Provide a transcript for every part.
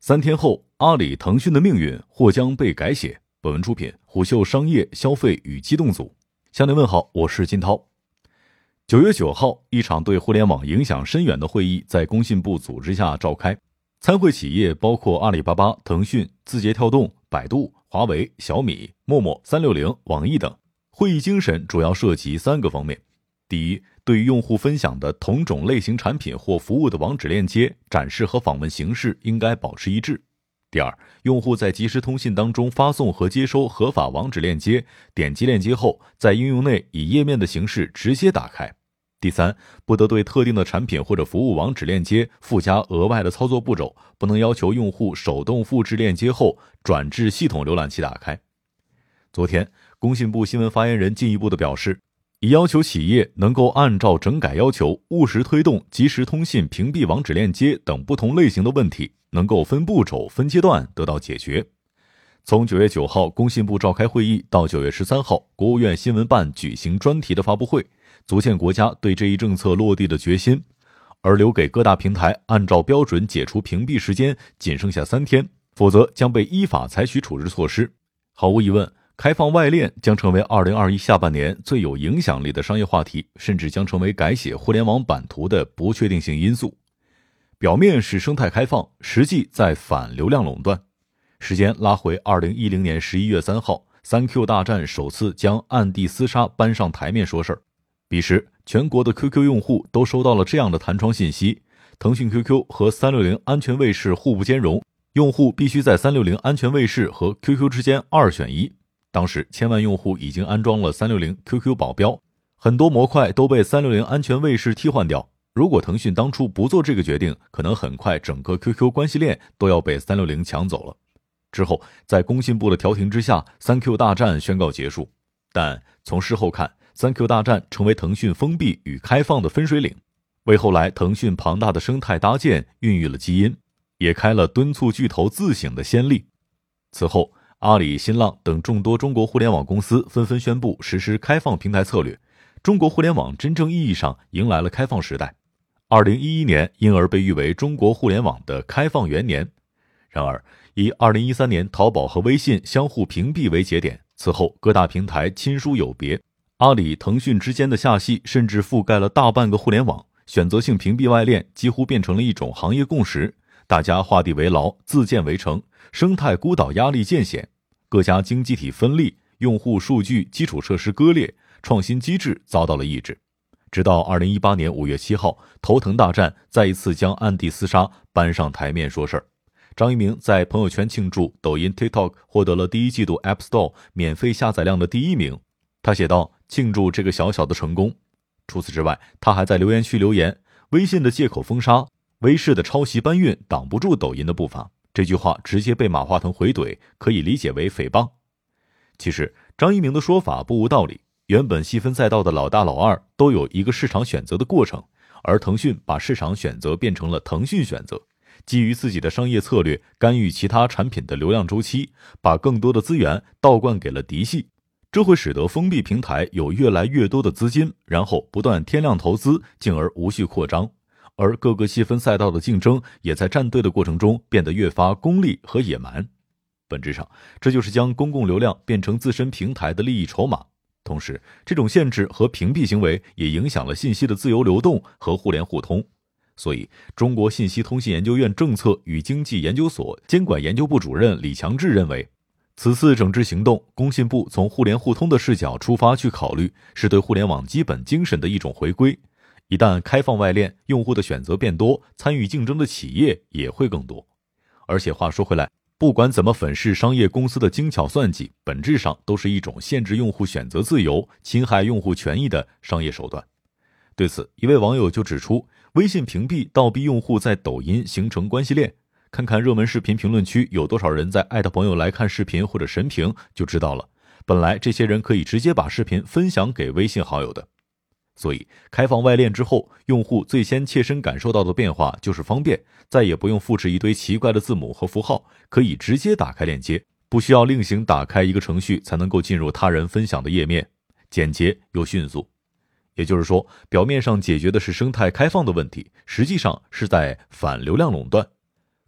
3天后，阿里、腾讯的命运或将被改写。本文出品虎嗅商业消费与机动组。向您问好，我是金涛。9月9号，一场对互联网影响深远的会议在工信部组织下召开。参会企业包括阿里巴巴、腾讯、字节跳动、百度、华为、小米、陌陌、360、网易等。会议精神主要涉及3个方面。第一，对于用户分享的同种类型产品或服务的网址链接、展示和访问形式应该保持一致。第二，用户在即时通信当中发送和接收合法网址链接，点击链接后，在应用内以页面的形式直接打开。第三，不得对特定的产品或者服务网址链接附加额外的操作步骤，不能要求用户手动复制链接后转至系统浏览器打开。昨天，工信部新闻发言人进一步的表示，已要求企业能够按照整改要求，务实推动即时通信屏蔽网址链接等不同类型的问题能够分步骤、分阶段得到解决。从9月9号工信部召开会议到9月13号国务院新闻办举行专题的发布会，足见国家对这一政策落地的决心。而留给各大平台按照标准解除屏蔽时间仅剩下3天，否则将被依法采取处置措施。毫无疑问，开放外链将成为2021下半年最有影响力的商业话题，甚至将成为改写互联网版图的不确定性因素。表面是生态开放，实际在反流量垄断。时间拉回2010年11月3号 3Q 大战首次将暗地厮杀搬上台面说事儿。彼时，全国的 QQ 用户都收到了这样的弹窗信息：腾讯 QQ 和360安全卫士互不兼容，用户必须在360安全卫士和 QQ 之间2选1。当时千万用户已经安装了360 QQ 保镖，很多模块都被360安全卫士替换掉。如果腾讯当初不做这个决定，可能很快整个 QQ 关系链都要被360抢走了。之后，在工信部的调停之下， 3Q 大战宣告结束。但从事后看， 3Q 大战成为腾讯封闭与开放的分水岭，为后来腾讯庞大的生态搭建孕育了基因，也开了敦促巨头自省的先例。此后，阿里、新浪等众多中国互联网公司纷纷宣布实施开放平台策略，中国互联网真正意义上迎来了开放时代。2011年因而被誉为中国互联网的开放元年。然而，以2013年淘宝和微信相互屏蔽为节点，此后各大平台亲疏有别，阿里、腾讯之间的下戏甚至覆盖了大半个互联网，选择性屏蔽外链几乎变成了一种行业共识，大家画地为牢，自建围城，生态孤岛压力渐显，各家经济体分立，用户数据基础设施割裂，创新机制遭到了抑制。直到2018年5月7号，头腾大战再一次将暗地厮杀搬上台面说事儿。张一鸣在朋友圈庆祝抖音 TikTok 获得了第一季度 App Store 免费下载量的第1名。他写道：庆祝这个小小的成功。除此之外，他还在留言区留言：微信的借口封杀，微视的抄袭搬运挡不住抖音的步伐。这句话直接被马化腾回怼，可以理解为诽谤。其实张一鸣的说法不无道理，原本细分赛道的老大老二都有一个市场选择的过程，而腾讯把市场选择变成了腾讯选择，基于自己的商业策略干预其他产品的流量周期，把更多的资源倒灌给了嫡系，这会使得封闭平台有越来越多的资金，然后不断添量投资，进而无序扩张。而各个细分赛道的竞争也在站队的过程中变得越发功利和野蛮。本质上，这就是将公共流量变成自身平台的利益筹码。同时，这种限制和屏蔽行为也影响了信息的自由流动和互联互通。所以，中国信息通信研究院政策与经济研究所监管研究部主任李强志认为，此次整治行动，工信部从互联互通的视角出发去考虑，是对互联网基本精神的一种回归。一旦开放外链，用户的选择变多，参与竞争的企业也会更多。而且话说回来，不管怎么粉饰商业公司的精巧算计，本质上都是一种限制用户选择自由、侵害用户权益的商业手段。对此，一位网友就指出，微信屏蔽倒逼用户在抖音形成关系链，看看热门视频评论区有多少人在艾特朋友来看视频或者神评就知道了。本来这些人可以直接把视频分享给微信好友的。所以开放外链之后，用户最先切身感受到的变化就是方便，再也不用复制一堆奇怪的字母和符号，可以直接打开链接，不需要另行打开一个程序才能够进入他人分享的页面，简洁又迅速。也就是说，表面上解决的是生态开放的问题，实际上是在反流量垄断。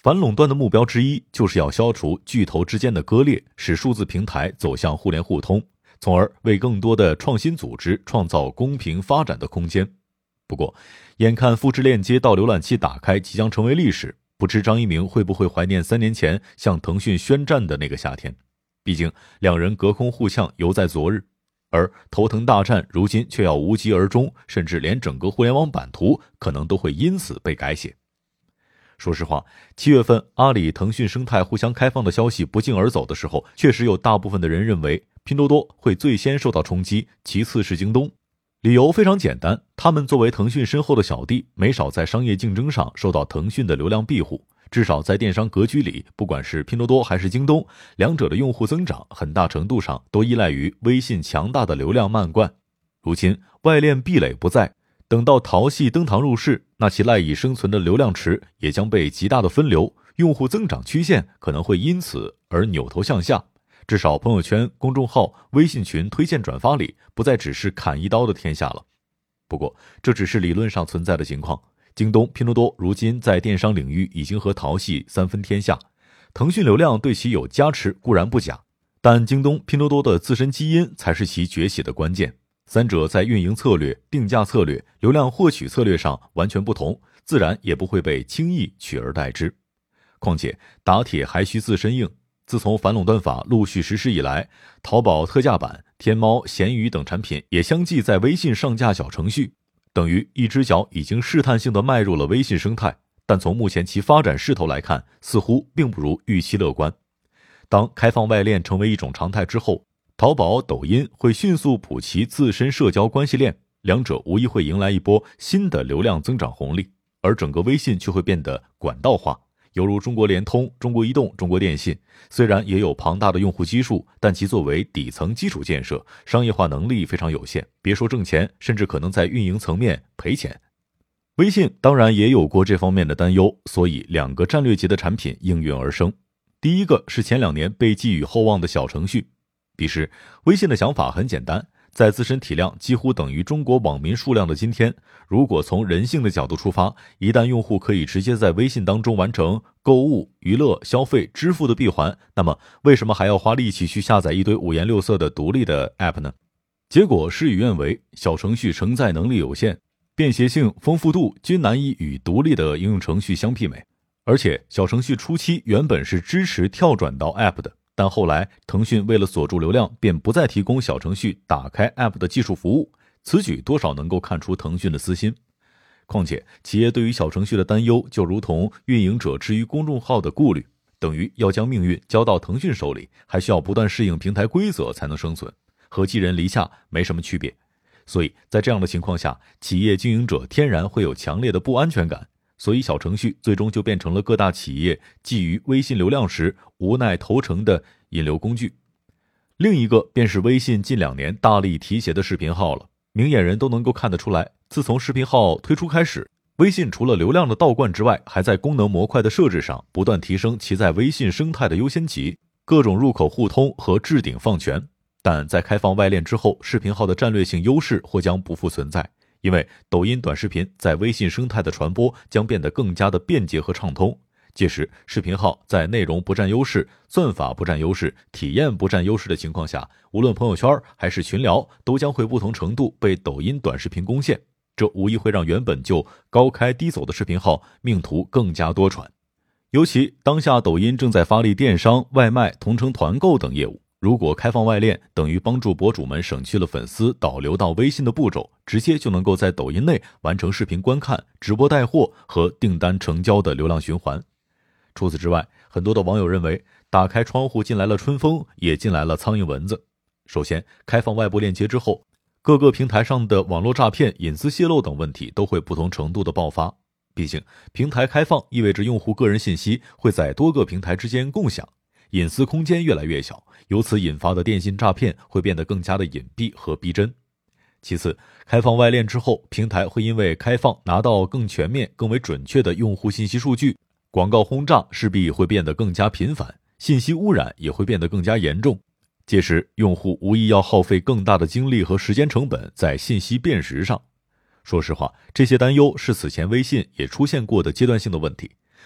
反垄断的目标之一就是要消除巨头之间的割裂，使数字平台走向互联互通，从而为更多的创新组织创造公平发展的空间。不过，眼看复制链接到浏览器打开即将成为历史，不知张一鸣会不会怀念3年前向腾讯宣战的那个夏天？毕竟两人隔空互呛犹在昨日，而头腾大战如今却要无疾而终，甚至连整个互联网版图可能都会因此被改写。说实话，7月份阿里、腾讯生态互相开放的消息不胫而走的时候，确实有大部分的人认为拼多多会最先受到冲击，其次是京东。理由非常简单，他们作为腾讯身后的小弟，没少在商业竞争上受到腾讯的流量庇护，至少在电商格局里，不管是拼多多还是京东，两者的用户增长很大程度上都依赖于微信强大的流量漫灌。如今外链壁垒不在，等到淘系登堂入室，那其赖以生存的流量池也将被极大的分流，用户增长曲线可能会因此而扭头向下。至少朋友圈、公众号、微信群推荐转发里不再只是砍一刀的天下了。不过这只是理论上存在的情况，京东、拼多多如今在电商领域已经和淘系三分天下，腾讯流量对其有加持固然不假，但京东、拼多多的自身基因才是其崛起的关键。三者在运营策略、定价策略、流量获取策略上完全不同，自然也不会被轻易取而代之。况且打铁还需自身硬，自从反垄断法陆续实施以来，淘宝特价版、天猫、闲鱼等产品也相继在微信上架小程序，等于一只脚已经试探性地迈入了微信生态，但从目前其发展势头来看，似乎并不如预期乐观。当开放外链成为一种常态之后，淘宝、抖音会迅速补齐自身社交关系链，两者无疑会迎来一波新的流量增长红利，而整个微信却会变得管道化，犹如中国联通、中国移动、中国电信，虽然也有庞大的用户基数，但其作为底层基础建设，商业化能力非常有限，别说挣钱，甚至可能在运营层面赔钱。微信当然也有过这方面的担忧，所以两个战略级的产品应运而生。第一个是前2年被寄予厚望的小程序。彼时微信的想法很简单，在自身体量几乎等于中国网民数量的今天，如果从人性的角度出发，一旦用户可以直接在微信当中完成购物、娱乐、消费、支付的闭环，那么为什么还要花力气去下载一堆五颜六色的独立的 App 呢？结果事与愿违，小程序承载能力有限，便携性、丰富度均难以与独立的应用程序相媲美。而且小程序初期原本是支持跳转到 App 的，但后来腾讯为了锁住流量，便不再提供小程序打开 App 的技术服务，此举多少能够看出腾讯的私心。况且企业对于小程序的担忧就如同运营者之于公众号的顾虑，等于要将命运交到腾讯手里，还需要不断适应平台规则才能生存，和寄人篱下没什么区别。所以在这样的情况下，企业经营者天然会有强烈的不安全感，所以小程序最终就变成了各大企业觊觎微信流量时无奈投诚的引流工具。另一个便是微信近2年大力提携的视频号了，明眼人都能够看得出来，自从视频号推出开始，微信除了流量的倒灌之外，还在功能模块的设置上不断提升其在微信生态的优先级，各种入口互通和置顶放权。但在开放外链之后，视频号的战略性优势或将不复存在，因为抖音短视频在微信生态的传播将变得更加的便捷和畅通，届时视频号在内容不占优势、算法不占优势、体验不占优势的情况下，无论朋友圈还是群聊都将会不同程度被抖音短视频攻陷，这无疑会让原本就高开低走的视频号命途更加多舛。尤其当下抖音正在发力电商、外卖、同城团购等业务，如果开放外链，等于帮助博主们省去了粉丝导流到微信的步骤，直接就能够在抖音内完成视频观看、直播带货和订单成交的流量循环。除此之外，很多的网友认为，打开窗户进来了春风，也进来了苍蝇蚊子。首先，开放外部链接之后，各个平台上的网络诈骗、隐私泄露等问题都会不同程度的爆发。毕竟平台开放意味着用户个人信息会在多个平台之间共享，隐私空间越来越小，由此引发的电信诈骗会变得更加的隐蔽和逼真。其次，开放外链之后，平台会因为开放拿到更全面、更为准确的用户信息数据，广告轰炸势必会变得更加频繁，信息污染也会变得更加严重。届时，用户无疑要耗费更大的精力和时间成本在信息辨识上。说实话，这些担忧是此前微信也出现过的阶段性的问题。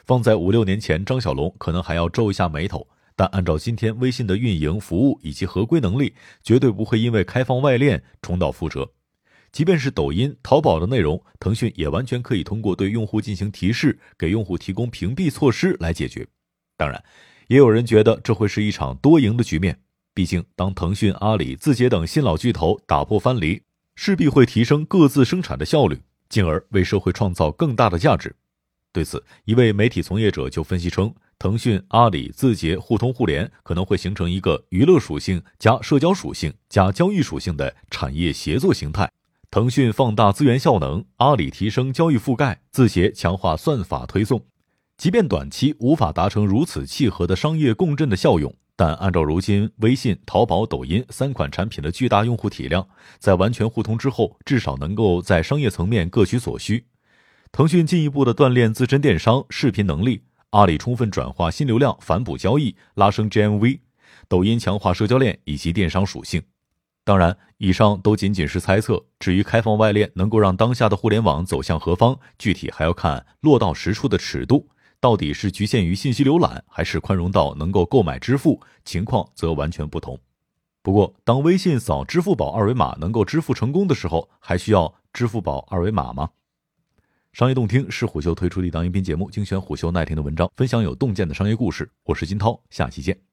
放在5、6年前，张小龙可能还要皱一下眉头，但按照今天微信的运营、服务以及合规能力，绝对不会因为开放外链重蹈覆辙。即便是抖音、淘宝的内容，腾讯也完全可以通过对用户进行提示，给用户提供屏蔽措施来解决。当然，也有人觉得这会是一场多赢的局面，毕竟当腾讯、阿里、字节等新老巨头打破藩篱，势必会提升各自生产的效率，进而为社会创造更大的价值。对此，一位媒体从业者就分析称，腾讯、阿里、字节互通互联可能会形成一个娱乐属性加社交属性加交易属性的产业协作形态。腾讯放大资源效能，阿里提升交易覆盖，字节强化算法推送。即便短期无法达成如此契合的商业共振的效用，但按照如今微信、淘宝、抖音3款产品的巨大用户体量，在完全互通之后，至少能够在商业层面各取所需。腾讯进一步的锻炼自身电商视频能力，阿里充分转化新流量反哺交易，拉升 GMV， 抖音强化社交链以及电商属性。当然，以上都仅仅是猜测，至于开放外链能够让当下的互联网走向何方，具体还要看落到实处的尺度，到底是局限于信息浏览，还是宽容到能够购买支付，情况则完全不同。不过，当微信扫支付宝二维码能够支付成功的时候，还需要支付宝二维码吗？商业洞听是虎嗅推出的一档音频节目，精选虎嗅耐听的文章，分享有洞见的商业故事。我是金涛，下期见。